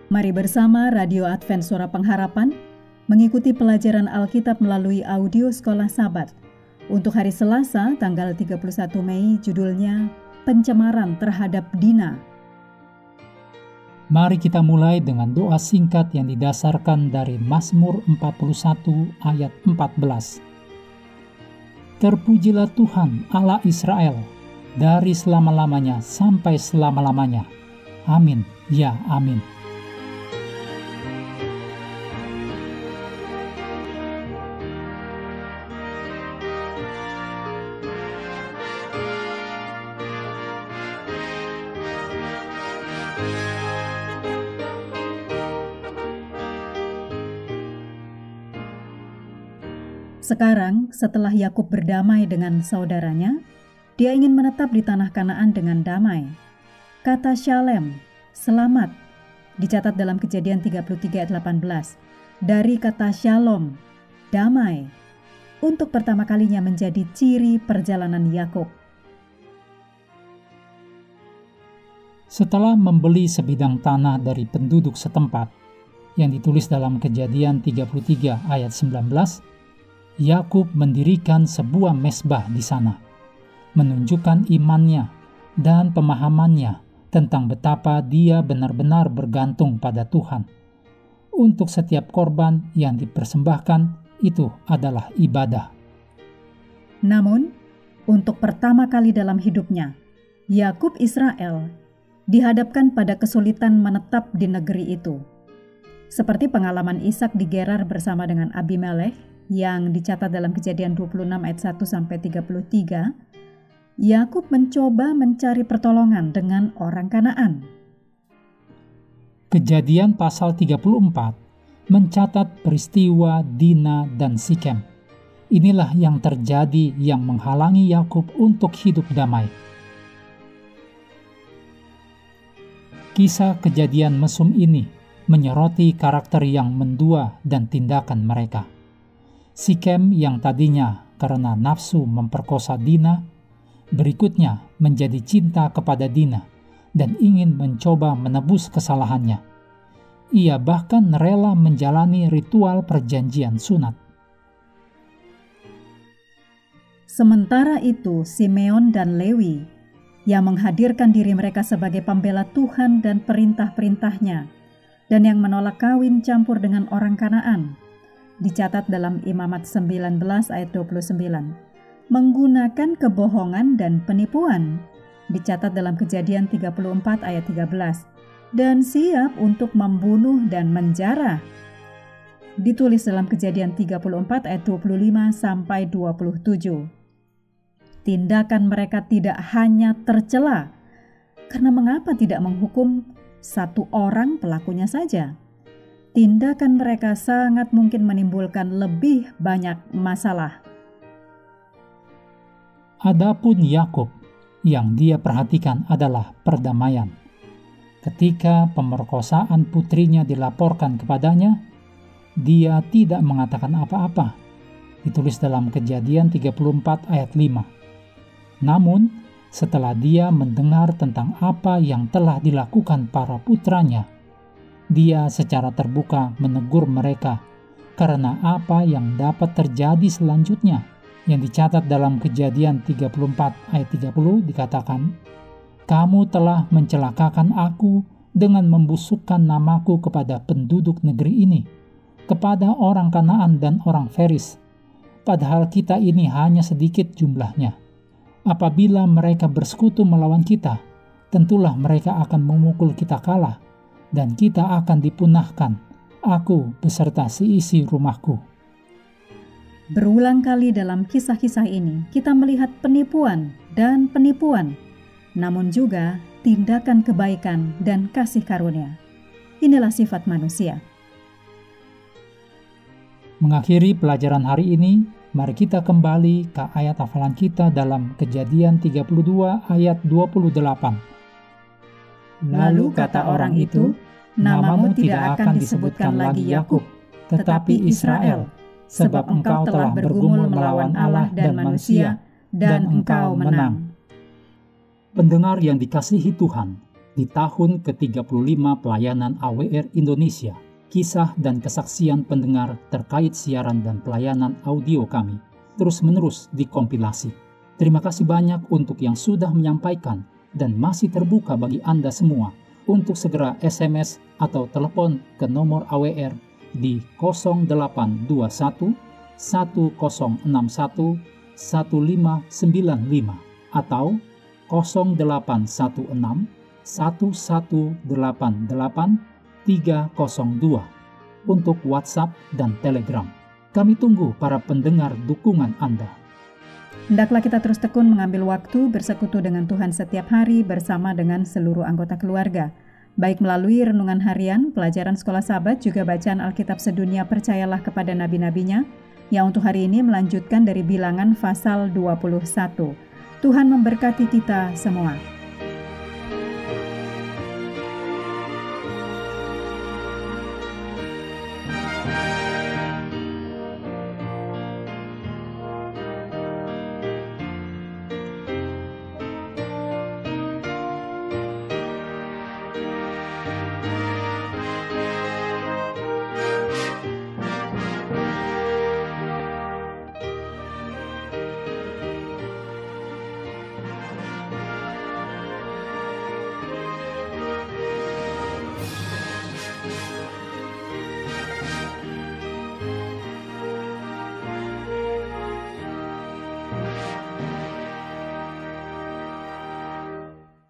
Mari bersama Radio Advent Suara Pengharapan mengikuti pelajaran Alkitab melalui audio Sekolah Sabat. Untuk hari Selasa, tanggal 31 Mei, judulnya Pencemaran Terhadap Dina. Mari kita mulai dengan doa singkat yang didasarkan dari Mazmur 41 ayat 14. Terpujilah Tuhan Allah Israel, dari selama-lamanya sampai selama-lamanya. Amin, ya amin. Sekarang, setelah Yakub berdamai dengan saudaranya, dia ingin menetap di tanah Kanaan dengan damai. Kata Shalem, selamat, dicatat dalam Kejadian 33 ayat 18. Dari kata Shalom, damai, untuk pertama kalinya menjadi ciri perjalanan Yakub. Setelah membeli sebidang tanah dari penduduk setempat, yang ditulis dalam Kejadian 33 ayat 19, Yakub mendirikan sebuah mezbah di sana, menunjukkan imannya dan pemahamannya tentang betapa dia benar-benar bergantung pada Tuhan. Untuk setiap korban yang dipersembahkan, itu adalah ibadah. Namun, untuk pertama kali dalam hidupnya, Yakub Israel dihadapkan pada kesulitan menetap di negeri itu. Seperti pengalaman Ishak di Gerar bersama dengan Abimelekh, yang dicatat dalam Kejadian 26 ayat 1-33, Yakub mencoba mencari pertolongan dengan orang Kanaan. Kejadian pasal 34 mencatat peristiwa Dina dan Sikem. Inilah yang terjadi yang menghalangi Yakub untuk hidup damai. Kisah kejadian mesum ini menyoroti karakter yang mendua dan tindakan mereka. Sikem yang tadinya karena nafsu memperkosa Dina, berikutnya menjadi cinta kepada Dina dan ingin mencoba menebus kesalahannya. Ia bahkan rela menjalani ritual perjanjian sunat. Sementara itu, Simeon dan Lewi yang menghadirkan diri mereka sebagai pembela Tuhan dan perintah-perintahnya, dan yang menolak kawin campur dengan orang Kanaan, dicatat dalam Imamat 19 ayat 29, menggunakan kebohongan dan penipuan, dicatat dalam Kejadian 34 ayat 13, dan siap untuk membunuh dan menjara, ditulis dalam Kejadian 34 ayat 25-27. Tindakan mereka tidak hanya tercela, karena mengapa tidak menghukum satu orang pelakunya saja? Tindakan mereka sangat mungkin menimbulkan lebih banyak masalah. Adapun Yakub, yang dia perhatikan adalah perdamaian. Ketika pemerkosaan putrinya dilaporkan kepadanya, dia tidak mengatakan apa-apa. Ditulis dalam Kejadian 34 ayat 5. Namun, setelah dia mendengar tentang apa yang telah dilakukan para putranya, dia secara terbuka menegur mereka karena apa yang dapat terjadi selanjutnya, yang dicatat dalam Kejadian 34 ayat 30 dikatakan, "Kamu telah mencelakakan aku dengan membusukkan namaku kepada penduduk negeri ini, kepada orang Kanaan dan orang Feris, padahal kita ini hanya sedikit jumlahnya. Apabila mereka bersekutu melawan kita, tentulah mereka akan memukul kita kalah, dan kita akan dipunahkan, aku beserta seisi rumahku." Berulang kali dalam kisah-kisah ini, kita melihat penipuan dan penipuan, namun juga tindakan kebaikan dan kasih karunia. Inilah sifat manusia. Mengakhiri pelajaran hari ini, mari kita kembali ke ayat hafalan kita dalam Kejadian 32 ayat 28. Lalu kata orang itu, "Namamu tidak akan disebutkan lagi Yakub, tetapi Israel, sebab engkau telah bergumul melawan Allah dan manusia, dan engkau menang." Pendengar yang dikasihi Tuhan, Di tahun ke-35 pelayanan AWR Indonesia, kisah dan kesaksian pendengar terkait siaran dan pelayanan audio kami terus-menerus dikompilasi. Terima kasih banyak untuk yang sudah menyampaikan dan masih terbuka bagi Anda semua untuk segera SMS atau telepon ke nomor AWR di 0821 1061 1595 atau 0816 1188 302 untuk WhatsApp dan Telegram. Kami tunggu para pendengar dukungan Anda. Hendaklah kita terus tekun mengambil waktu bersekutu dengan Tuhan setiap hari bersama dengan seluruh anggota keluarga, baik melalui renungan harian, pelajaran sekolah Sabat, juga bacaan Alkitab sedunia Percayalah kepada nabi-nabinya, yang untuk hari ini melanjutkan dari Bilangan pasal 21. Tuhan memberkati kita semua.